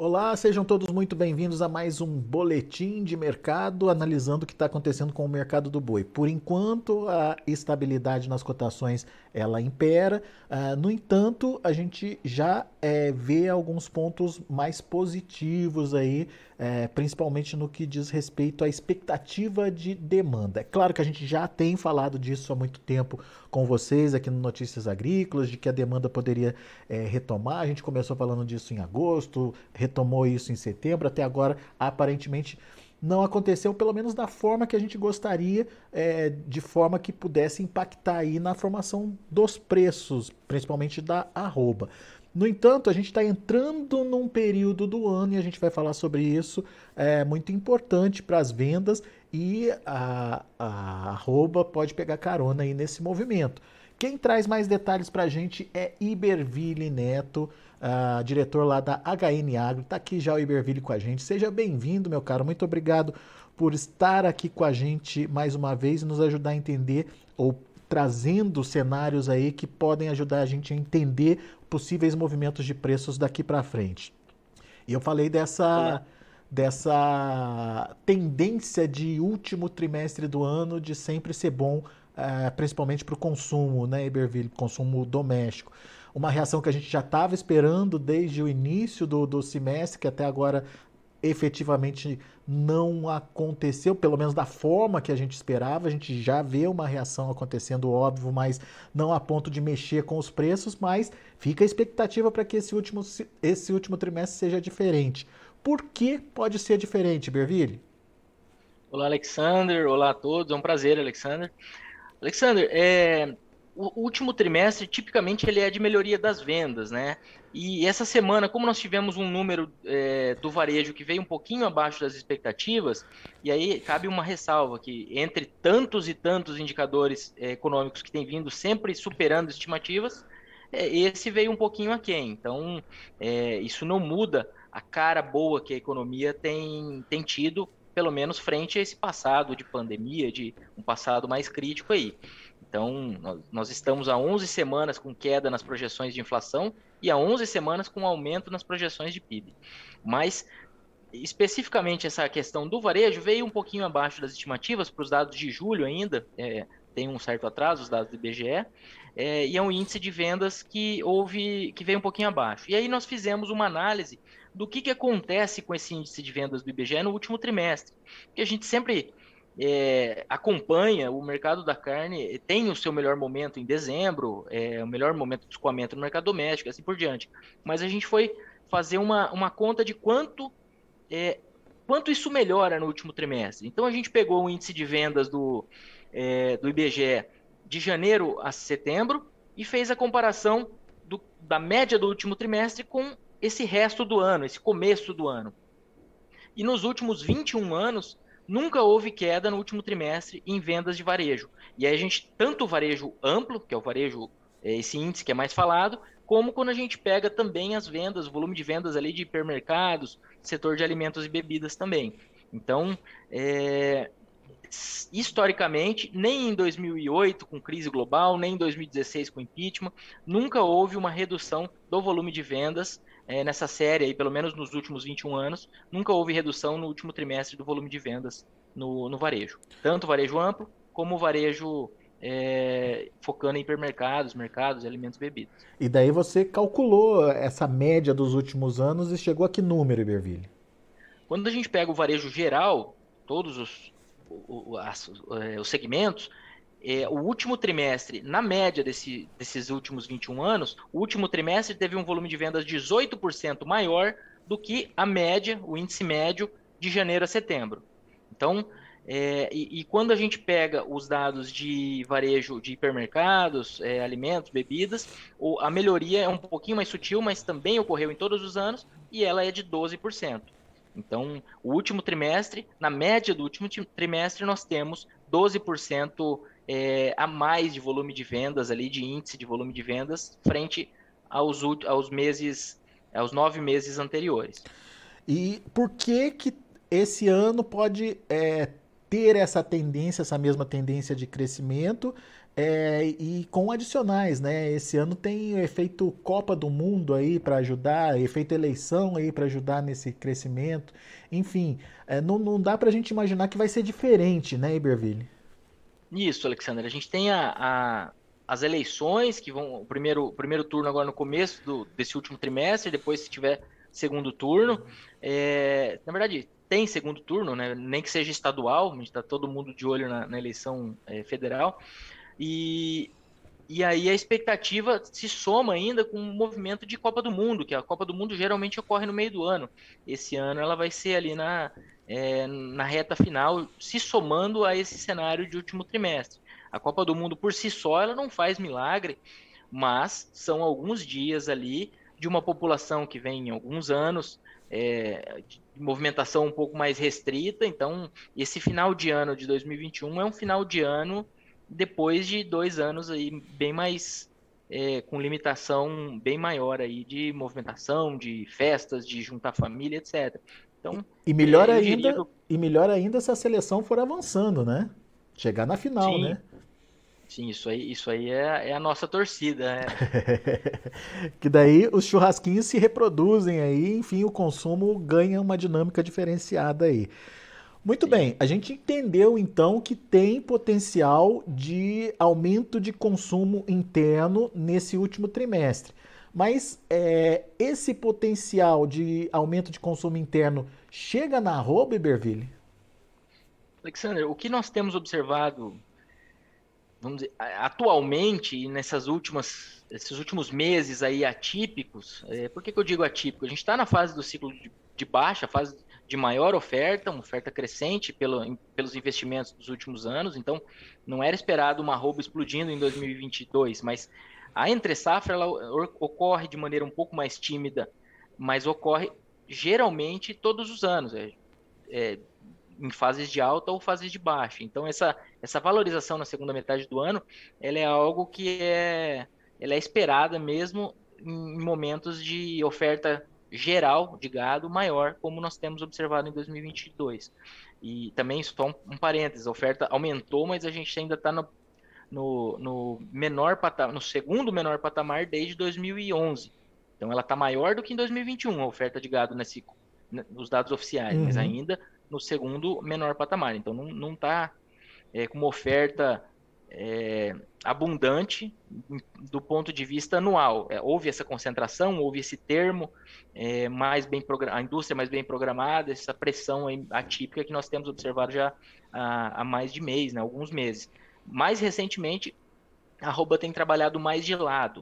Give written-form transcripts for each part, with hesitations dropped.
Olá, sejam todos muito bem-vindos a mais um boletim de mercado, analisando o que está acontecendo com o mercado do boi. Por enquanto, a estabilidade nas cotações ela impera. No entanto, a gente já vê alguns pontos mais positivos aí, principalmente no que diz respeito à expectativa de demanda. É claro que a gente já tem falado disso há muito tempo com vocês aqui no Notícias Agrícolas, de que a demanda poderia retomar. A gente começou falando disso em agosto, retomou isso em setembro, até agora aparentemente não aconteceu, pelo menos da forma que a gente gostaria, de forma que pudesse impactar aí na formação dos preços, principalmente da arroba. No entanto, a gente está entrando num período do ano e a gente vai falar sobre isso, muito importante para as vendas e a arroba pode pegar carona aí nesse movimento. Quem traz mais detalhes para a gente é Iberville Neto, diretor lá da HN Agro. Está aqui já o Iberville com a gente. Seja bem-vindo, meu caro. Muito obrigado por estar aqui com a gente mais uma vez e nos ajudar a entender ou trazendo cenários aí que podem ajudar a gente a entender possíveis movimentos de preços daqui para frente. E eu falei Olá. dessa tendência de último trimestre do ano de sempre ser bom, principalmente para o consumo, né, Iberville, consumo doméstico. Uma reação que a gente já estava esperando desde o início do semestre, que até agora efetivamente não aconteceu, pelo menos da forma que a gente esperava. A gente já vê uma reação acontecendo, óbvio, mas não a ponto de mexer com os preços, mas fica a expectativa para que esse último trimestre seja diferente. Por que pode ser diferente, Berville? Olá, Alexander. Olá a todos. É um prazer, Alexander. Alexander, o último trimestre, tipicamente, ele é de melhoria das vendas, né? E essa semana, como nós tivemos um número do varejo que veio um pouquinho abaixo das expectativas, e aí cabe uma ressalva que entre tantos e tantos indicadores econômicos que têm vindo sempre superando estimativas, esse veio um pouquinho aquém. Então, isso não muda a cara boa que a economia tem tido, pelo menos frente a esse passado de pandemia, de um passado mais crítico aí. Então, nós estamos há 11 semanas com queda nas projeções de inflação e há 11 semanas com aumento nas projeções de PIB. Mas, especificamente, essa questão do varejo veio um pouquinho abaixo das estimativas para os dados de julho ainda, tem um certo atraso, os dados do IBGE, e é um índice de vendas que veio um pouquinho abaixo. E aí nós fizemos uma análise do que acontece com esse índice de vendas do IBGE no último trimestre, que a gente sempre acompanha o mercado da carne, tem o seu melhor momento em dezembro, o melhor momento de escoamento no mercado doméstico, assim por diante. Mas a gente foi fazer uma conta de quanto isso melhora no último trimestre. Então a gente pegou o índice de vendas do IBGE de janeiro a setembro e fez a comparação da média do último trimestre com esse resto do ano, esse começo do ano. E nos últimos 21 anos, nunca houve queda no último trimestre em vendas de varejo. E aí a gente, tanto o varejo amplo, que é o varejo, esse índice que é mais falado, como quando a gente pega também as vendas, o volume de vendas ali de hipermercados, setor de alimentos e bebidas também. Então, historicamente, nem em 2008 com crise global, nem em 2016 com impeachment, nunca houve uma redução do volume de vendas nessa série, aí, pelo menos nos últimos 21 anos, nunca houve redução no último trimestre do volume de vendas no varejo. Tanto o varejo amplo, como o varejo focando em hipermercados, mercados, alimentos e bebidas. E daí você calculou essa média dos últimos anos e chegou a que número, Iberville? Quando a gente pega o varejo geral, todos os segmentos, o último trimestre, na média desses últimos 21 anos, o último trimestre teve um volume de vendas 18% maior do que a média, o índice médio de janeiro a setembro. Então, e quando a gente pega os dados de varejo de hipermercados, alimentos, bebidas, a melhoria é um pouquinho mais sutil, mas também ocorreu em todos os anos, e ela é de 12%. Então, o último trimestre, na média do último trimestre, nós temos 12% a mais de volume de vendas ali, de índice de volume de vendas, frente aos meses, aos 9 meses anteriores. E por que que esse ano pode ter essa tendência, essa mesma tendência de crescimento, e com adicionais, né? Esse ano tem o efeito Copa do Mundo aí para ajudar, efeito eleição aí para ajudar nesse crescimento. Enfim, não dá para a gente imaginar que vai ser diferente, né, Iberville? Isso, Alexandre. A gente tem as eleições, que vão, o primeiro turno agora no começo desse último trimestre, depois se tiver segundo turno. Na verdade, tem segundo turno, né? Nem que seja estadual, a gente está todo mundo de olho na eleição federal. E, e aí a expectativa se soma ainda com o movimento de Copa do Mundo, que a Copa do Mundo geralmente ocorre no meio do ano. Esse ano ela vai ser ali na reta final, se somando a esse cenário de último trimestre. A Copa do Mundo por si só ela não faz milagre, mas são alguns dias ali de uma população que vem em alguns anos de movimentação um pouco mais restrita. Então, esse final de ano de 2021 é um final de ano depois de 2 anos aí bem mais com limitação bem maior aí de movimentação, de festas, de juntar família, etc. Então, E melhor eu diria que ainda, e melhor ainda se a seleção for avançando, né? Chegar na final, sim, né? sim, isso aí é a nossa torcida. Que daí os churrasquinhos se reproduzem aí, enfim, o consumo ganha uma dinâmica diferenciada aí. Muito Sim. bem, a gente entendeu então que tem potencial de aumento de consumo interno nesse último trimestre. Mas esse potencial de aumento de consumo interno chega na arroba, Iberville? Alexander, o que nós temos observado, vamos dizer, atualmente e esses últimos meses aí atípicos, por que eu digo atípico? A gente está na fase do ciclo de baixa, fase de maior oferta, uma oferta crescente pelos investimentos dos últimos anos, então não era esperado uma arroba explodindo em 2022, mas a entre-safra ela ocorre de maneira um pouco mais tímida, mas ocorre geralmente todos os anos. É, em fases de alta ou fases de baixa. Então, essa valorização na segunda metade do ano, ela é algo que ela é esperada mesmo em momentos de oferta geral de gado maior, como nós temos observado em 2022. E também, só um parênteses, a oferta aumentou, mas a gente ainda está no menor patamar, no segundo menor patamar desde 2011. Então, ela está maior do que em 2021, a oferta de gado nos dados oficiais, mas Uhum. ainda no segundo menor patamar. Então, não está com uma oferta abundante do ponto de vista anual. Houve essa concentração, houve esse termo a indústria mais bem programada, essa pressão atípica que nós temos observado já há mais de mês, né, alguns meses. Mais recentemente, a arroba tem trabalhado mais de lado.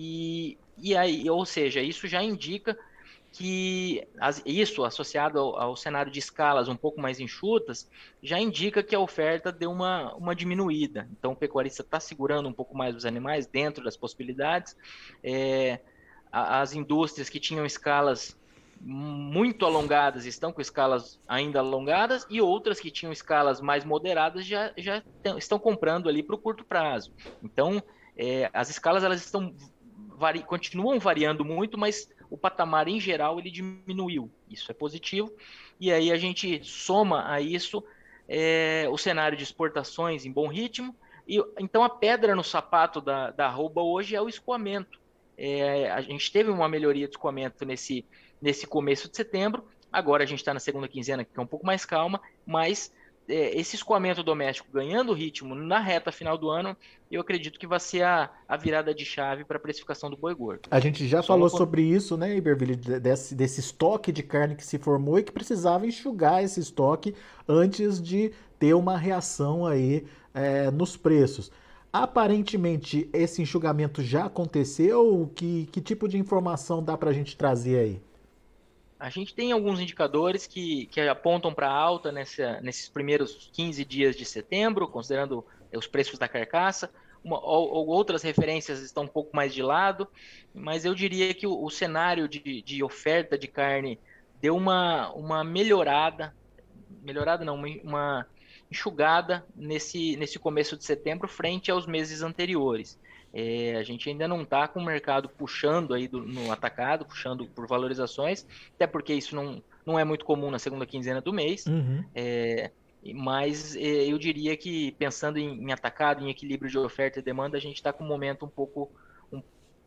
E aí, ou seja, isso já indica que isso, associado ao cenário de escalas um pouco mais enxutas, já indica que a oferta deu uma diminuída. Então, o pecuarista está segurando um pouco mais os animais dentro das possibilidades. É, as indústrias que tinham escalas muito alongadas estão com escalas ainda alongadas e outras que tinham escalas mais moderadas já estão comprando ali para o curto prazo. Então, as escalas elas continuam variando muito, mas o patamar em geral ele diminuiu. Isso é positivo. E aí a gente soma a isso o cenário de exportações em bom ritmo. E então a pedra no sapato da arroba hoje é o escoamento. A gente teve uma melhoria de escoamento nesse começo de setembro. Agora a gente está na segunda quinzena, que é um pouco mais calma, mas esse escoamento doméstico ganhando ritmo na reta final do ano, eu acredito que vai ser a virada de chave para a precificação do boi gordo. A gente já Só uma. falou sobre isso, né, Iberville, desse estoque de carne que se formou e que precisava enxugar esse estoque antes de ter uma reação aí nos preços. Aparentemente, esse enxugamento já aconteceu? Que tipo de informação dá para a gente trazer aí? A gente tem alguns indicadores que apontam para alta nesses primeiros 15 dias de setembro, considerando os preços da carcaça. Ou outras referências estão um pouco mais de lado, mas eu diria que o cenário de oferta de carne deu uma melhorada não, uma enxugada nesse começo de setembro frente aos meses anteriores. A gente ainda não está com o mercado puxando aí no atacado, puxando por valorizações, até porque isso não é muito comum na segunda quinzena do mês. Uhum. mas eu diria que pensando em atacado, em equilíbrio de oferta e demanda, a gente está com um momento um pouco um-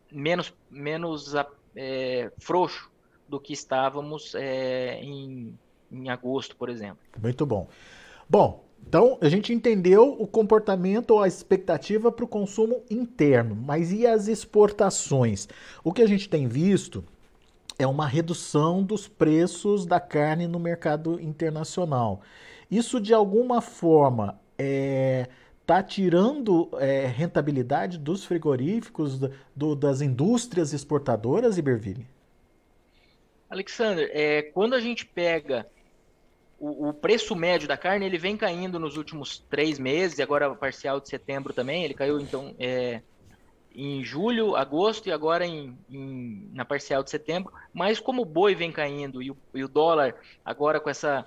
menos frouxo do que estávamos em agosto, por exemplo. Muito bom. Bom, então a gente entendeu o comportamento ou a expectativa para o consumo interno, mas e as exportações? O que a gente tem visto é uma redução dos preços da carne no mercado internacional. Isso de alguma forma está tirando rentabilidade dos frigoríficos, das indústrias exportadoras, Iberville? Alexander, quando a gente pega o preço médio da carne, ele vem caindo nos últimos 3 meses, e agora parcial de setembro também, ele caiu então em julho, agosto e agora na parcial de setembro, mas como o boi vem caindo e o dólar agora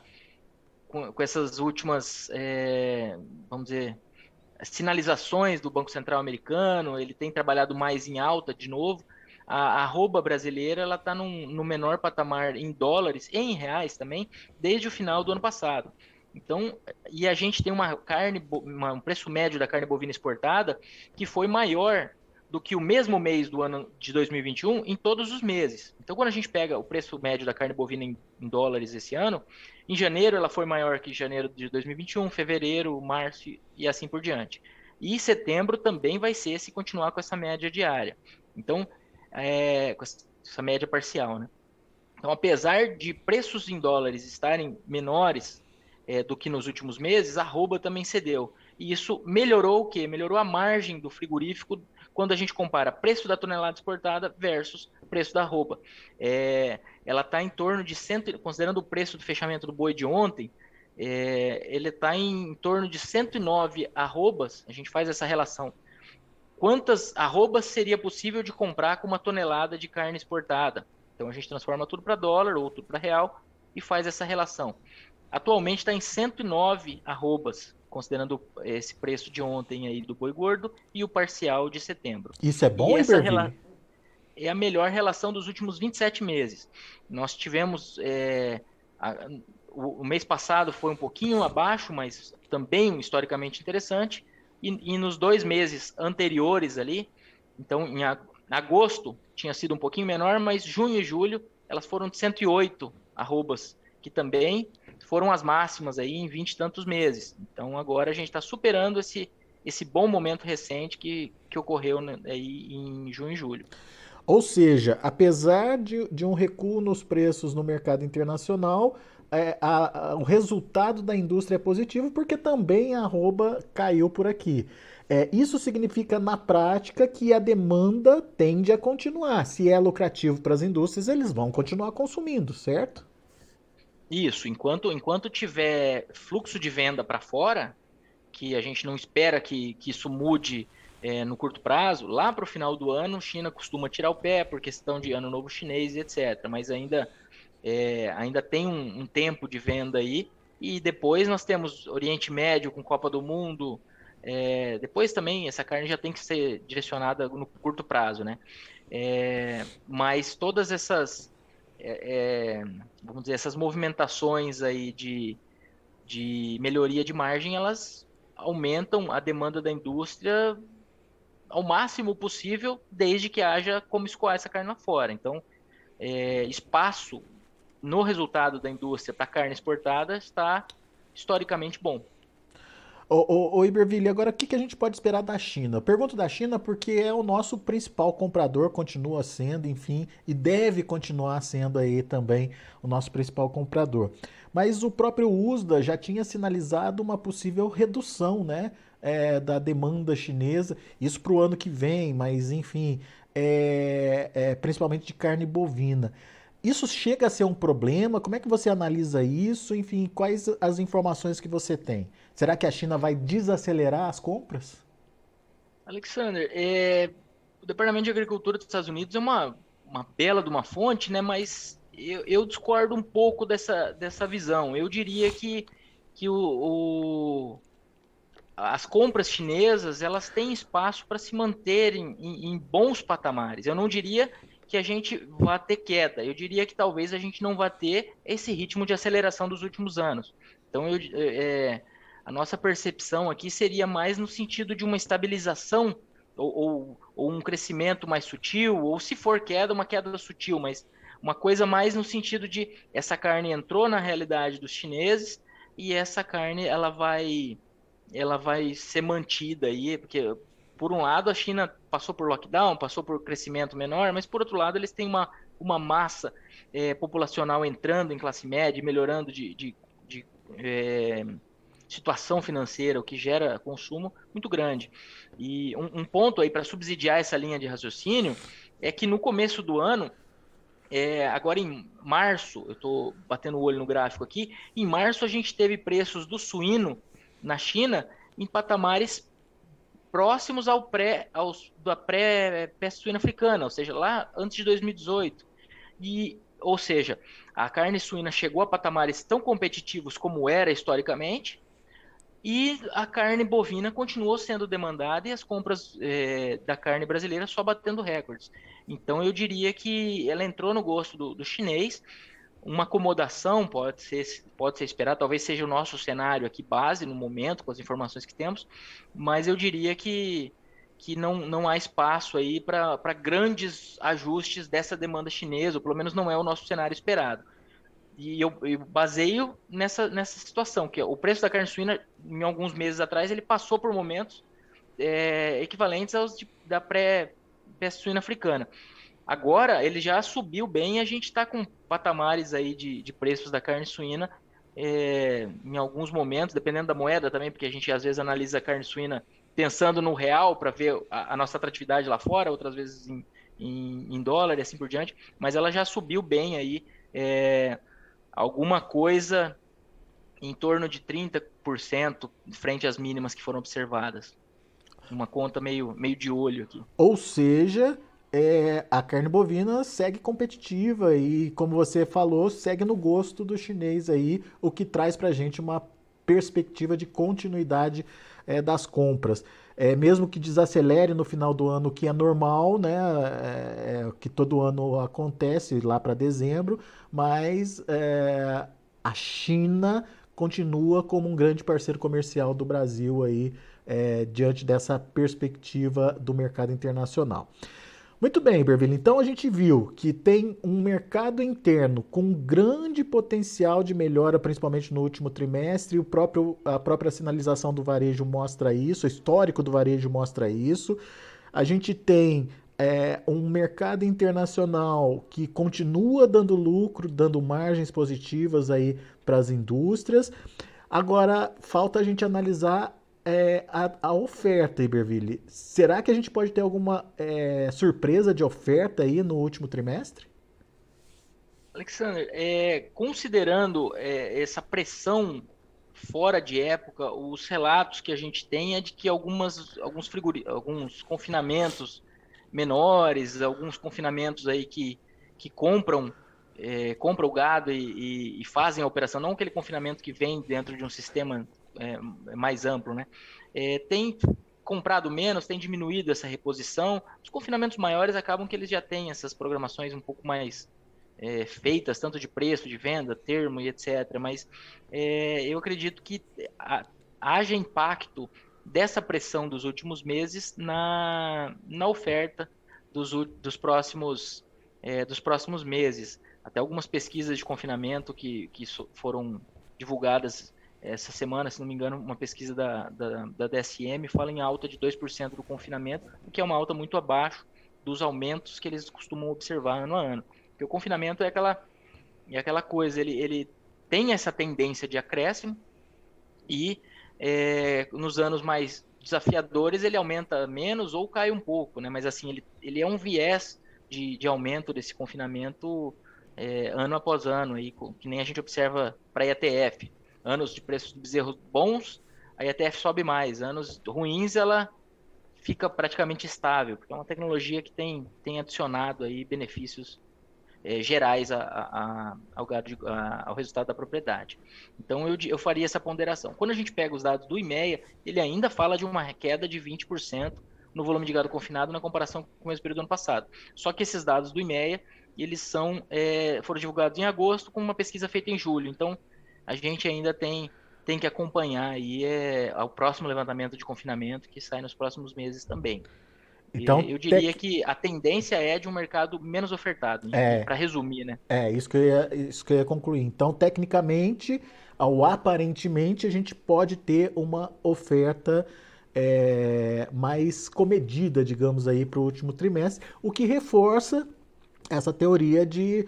com essas últimas, vamos dizer, sinalizações do Banco Central americano, ele tem trabalhado mais em alta de novo. A arroba brasileira ela está no menor patamar em dólares e em reais também desde o final do ano passado. Então, e a gente tem um preço médio da carne bovina exportada que foi maior do que o mesmo mês do ano de 2021 em todos os meses. Então, quando a gente pega o preço médio da carne bovina em dólares esse ano, em janeiro ela foi maior que janeiro de 2021, fevereiro, março e assim por diante. E setembro também vai ser se continuar com essa média diária. Então, com essa média parcial, né? Então, apesar de preços em dólares estarem menores do que nos últimos meses, a arroba também cedeu. E isso melhorou o quê? Melhorou a margem do frigorífico quando a gente compara preço da tonelada exportada versus preço da arroba. Ela está em torno de, considerando o preço do fechamento do boi de ontem, ele está em torno de 109 arrobas, a gente faz essa relação. Quantas arrobas seria possível de comprar com uma tonelada de carne exportada? Então a gente transforma tudo para dólar ou tudo para real e faz essa relação. Atualmente está em 109 arrobas, considerando esse preço de ontem aí do boi gordo e o parcial de setembro. Isso é E bom, essa Iberville? é a melhor relação dos últimos 27 meses. Nós tivemos o mês passado foi um pouquinho abaixo, mas também historicamente interessante. E nos 2 meses anteriores ali, então em agosto tinha sido um pouquinho menor, mas junho e julho elas foram de 108 arrobas, que também foram as máximas aí em 20 e tantos meses. Então agora a gente está superando esse bom momento recente que ocorreu, né, aí em junho e julho. Ou seja, apesar de um recuo nos preços no mercado internacional, o resultado da indústria é positivo porque também a arroba caiu por aqui. Isso significa, na prática, que a demanda tende a continuar. Se é lucrativo para as indústrias, eles vão continuar consumindo, certo? Isso, enquanto tiver fluxo de venda para fora, que a gente não espera que isso mude no curto prazo, lá para o final do ano, China costuma tirar o pé por questão de ano novo chinês e etc. Mas ainda tem um tempo de venda aí. E depois nós temos Oriente Médio com Copa do Mundo. Depois também essa carne já tem que ser direcionada no curto prazo, né? Mas todas vamos dizer, essas movimentações aí de melhoria de margem, elas aumentam a demanda da indústria ao máximo possível, desde que haja como escoar essa carne lá fora. Então, espaço no resultado da indústria para carne exportada está historicamente bom. Ô Iberville, agora o que a gente pode esperar da China? Eu pergunto da China porque é o nosso principal comprador, continua sendo, enfim, e deve continuar sendo aí também o nosso principal comprador. Mas o próprio USDA já tinha sinalizado uma possível redução, né, da demanda chinesa, isso para o ano que vem, mas enfim, principalmente de carne bovina. Isso chega a ser um problema? Como é que você analisa isso? Enfim, quais as informações que você tem? Será que a China vai desacelerar as compras? Alexander, o Departamento de Agricultura dos Estados Unidos é uma bela de uma fonte, né? Mas eu discordo um pouco dessa visão. Eu diria que as compras chinesas elas têm espaço para se manterem em bons patamares. Eu não diria que a gente vai ter queda, eu diria que talvez a gente não vá ter esse ritmo de aceleração dos últimos anos. Então, a nossa percepção aqui seria mais no sentido de uma estabilização ou um crescimento mais sutil, ou se for queda, uma queda sutil, mas uma coisa mais no sentido de essa carne entrou na realidade dos chineses e essa carne ela vai ser mantida aí, porque por um lado a China passou por lockdown, passou por crescimento menor, mas por outro lado eles têm uma massa populacional entrando em classe média, melhorando de situação financeira, o que gera consumo muito grande. E um ponto aí para subsidiar essa linha de raciocínio é que no começo do ano, agora em março, eu estou batendo o olho no gráfico aqui, em março a gente teve preços do suíno na China em patamares próximos da pré-peste suína africana, ou seja, lá antes de 2018. Ou seja, a carne suína chegou a patamares tão competitivos como era historicamente, e a carne bovina continuou sendo demandada e as compras da carne brasileira só batendo recordes. Então eu diria que ela entrou no gosto do chinês. Uma acomodação pode ser esperada, talvez seja o nosso cenário aqui base no momento, com as informações que temos, mas eu diria que não há espaço aí para grandes ajustes dessa demanda chinesa, ou pelo menos não é o nosso cenário esperado. E eu baseio nessa situação, que o preço da carne suína, em alguns meses atrás, ele passou por momentos equivalentes aos da pré-peste suína africana. Agora, ele já subiu bem e a gente está com patamares aí de preços da carne suína em alguns momentos, dependendo da moeda também, porque a gente às vezes analisa a carne suína pensando no real para ver a nossa atratividade lá fora, outras vezes em dólar e assim por diante, mas ela já subiu bem aí, alguma coisa em torno de 30% frente às mínimas que foram observadas. Uma conta meio de olho aqui. Ou seja, a carne bovina segue competitiva e, como você falou, segue no gosto do chinês aí, o que traz para a gente uma perspectiva de continuidade das compras. Mesmo que desacelere no final do ano, o que é normal, né? Que todo ano acontece lá para dezembro, mas a China continua como um grande parceiro comercial do Brasil aí, diante dessa perspectiva do mercado internacional. Muito bem, Berville. Então a gente viu que tem um mercado interno com grande potencial de melhora, principalmente no último trimestre. A própria sinalização do varejo mostra isso, o histórico do varejo mostra isso. A gente tem um mercado internacional que continua dando lucro, dando margens positivas aí para as indústrias. Agora, falta a gente analisar a oferta, Iberville. Será que a gente pode ter alguma surpresa de oferta aí no último trimestre? Alexander, considerando essa pressão fora de época, os relatos que a gente tem é de que alguns confinamentos menores, alguns confinamentos aí que compram o gado e fazem a operação, não aquele confinamento que vem dentro de um sistema mais amplo, né? Tem comprado menos, tem diminuído essa reposição. Os confinamentos maiores acabam que eles já têm essas programações um pouco mais feitas, tanto de preço, de venda, termo e etc. Mas eu acredito que haja impacto dessa pressão dos últimos meses na oferta dos próximos meses. Até algumas pesquisas de confinamento que foram divulgadas essa semana, se não me engano, uma pesquisa da DSM fala em alta de 2% do confinamento, o que é uma alta muito abaixo dos aumentos que eles costumam observar ano a ano. Porque o confinamento é aquela coisa, ele tem essa tendência de acréscimo e nos anos mais desafiadores ele aumenta menos ou cai um pouco, né? Mas assim, ele é um viés de aumento desse confinamento ano após ano, aí, que nem a gente observa para a ETF. Anos de preços de bezerros bons, a ETF sobe mais. Anos ruins, ela fica praticamente estável, porque é uma tecnologia que tem adicionado aí benefícios gerais ao resultado da propriedade. Então, eu faria essa ponderação. Quando a gente pega os dados do IMEA, ele ainda fala de uma queda de 20% no volume de gado confinado na comparação com o mesmo período do ano passado. Só que esses dados do IMEA, eles foram divulgados em agosto com uma pesquisa feita em julho. Então, a gente ainda tem tem que acompanhar aí o próximo levantamento de confinamento que sai nos próximos meses também. Então, Eu diria que a tendência é de um mercado menos ofertado, é, para resumir, né? isso que eu ia concluir. Então, tecnicamente, ou aparentemente, a gente pode ter uma oferta mais comedida, digamos aí, para o último trimestre, o que reforça essa teoria de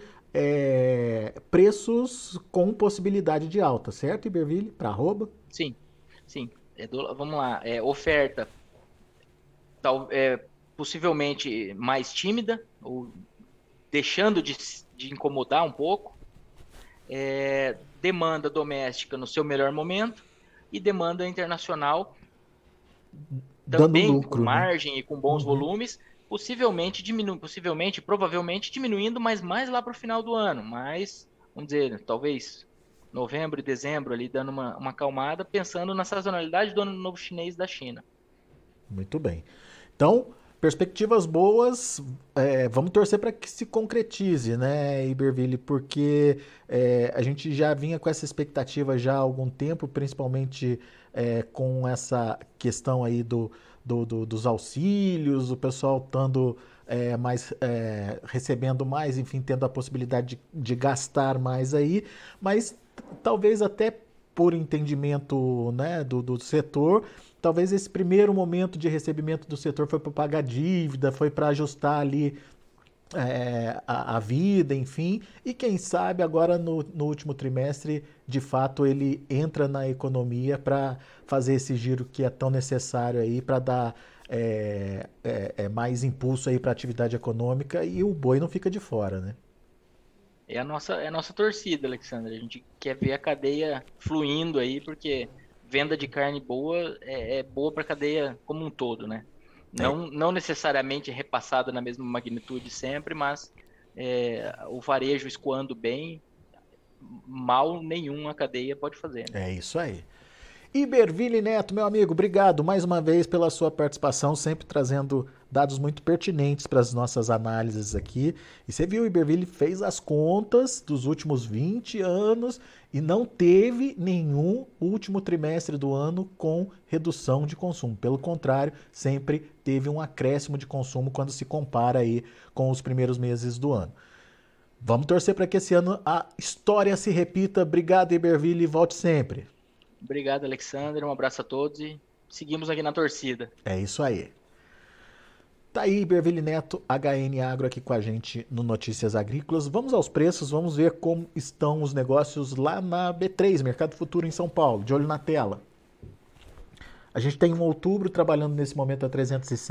preços com possibilidade de alta, certo, Iberville? Para arroba? Sim, sim. Vamos lá, oferta possivelmente mais tímida, ou deixando de incomodar um pouco, demanda doméstica no seu melhor momento e demanda internacional Dando também com lucro, né? margem e com bons Uhum. volumes, provavelmente diminuindo, mas mais lá para o final do ano, mas vamos dizer, talvez novembro e dezembro ali dando uma acalmada, pensando na sazonalidade do ano novo chinês da China. Muito bem. Então, perspectivas boas, vamos torcer para que se concretize, né, Iberville? Porque a gente já vinha com essa expectativa já há algum tempo, principalmente com essa questão aí dos auxílios, o pessoal estando recebendo mais, enfim, tendo a possibilidade de gastar mais aí, mas talvez até por entendimento, né, do setor, talvez esse primeiro momento de recebimento do setor foi para pagar dívida, foi para ajustar ali a vida, enfim, e quem sabe agora no último trimestre, de fato, ele entra na economia para fazer esse giro que é tão necessário aí para dar mais impulso aí para a atividade econômica e o boi não fica de fora, né? É a nossa torcida, Alexandre. A gente quer ver a cadeia fluindo aí, porque venda de carne boa é boa para a cadeia como um todo, né? É, Não necessariamente repassada na mesma magnitude sempre, mas o varejo escoando bem, mal nenhum a cadeia pode fazer, né? é isso aí. Iberville Neto, meu amigo, obrigado mais uma vez pela sua participação, sempre trazendo dados muito pertinentes para as nossas análises aqui. E você viu, o Iberville fez as contas dos últimos 20 anos e não teve nenhum último trimestre do ano com redução de consumo. Pelo contrário, sempre teve um acréscimo de consumo quando se compara aí com os primeiros meses do ano. Vamos torcer para que esse ano a história se repita. Obrigado, Iberville, e volte sempre. Obrigado, Alexandre. Um abraço a todos e seguimos aqui na torcida. É isso aí. Tá aí, Iberville Neto, HN Agro aqui com a gente no Notícias Agrícolas. Vamos aos preços, vamos ver como estão os negócios lá na B3, Mercado Futuro em São Paulo. De olho na tela. A gente tem um outubro trabalhando nesse momento a R$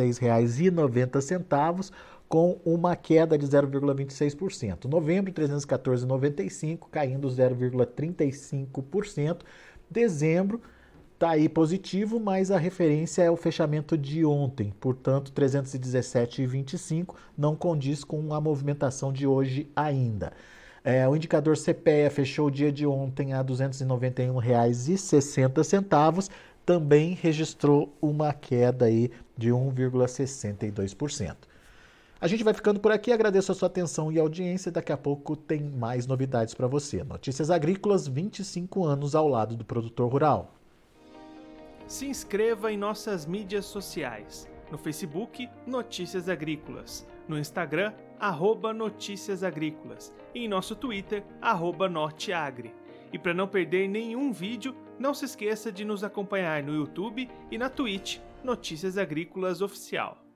306,90, com uma queda de 0,26%. Novembro, R$ 314,95, caindo 0,35%. Dezembro, está aí positivo, mas a referência é o fechamento de ontem, portanto 317,25 não condiz com a movimentação de hoje ainda. O indicador CPEA fechou o dia de ontem a R$ 291,60, também registrou uma queda aí de 1,62%. A gente vai ficando por aqui, agradeço a sua atenção e audiência. Daqui a pouco tem mais novidades para você. Notícias Agrícolas, 25 anos ao lado do produtor rural. Se inscreva em nossas mídias sociais. No Facebook, Notícias Agrícolas. No Instagram, @Notícias Agrícolas. E em nosso Twitter, @Norteagri. E para não perder nenhum vídeo, não se esqueça de nos acompanhar no YouTube e na Twitch, Notícias Agrícolas Oficial.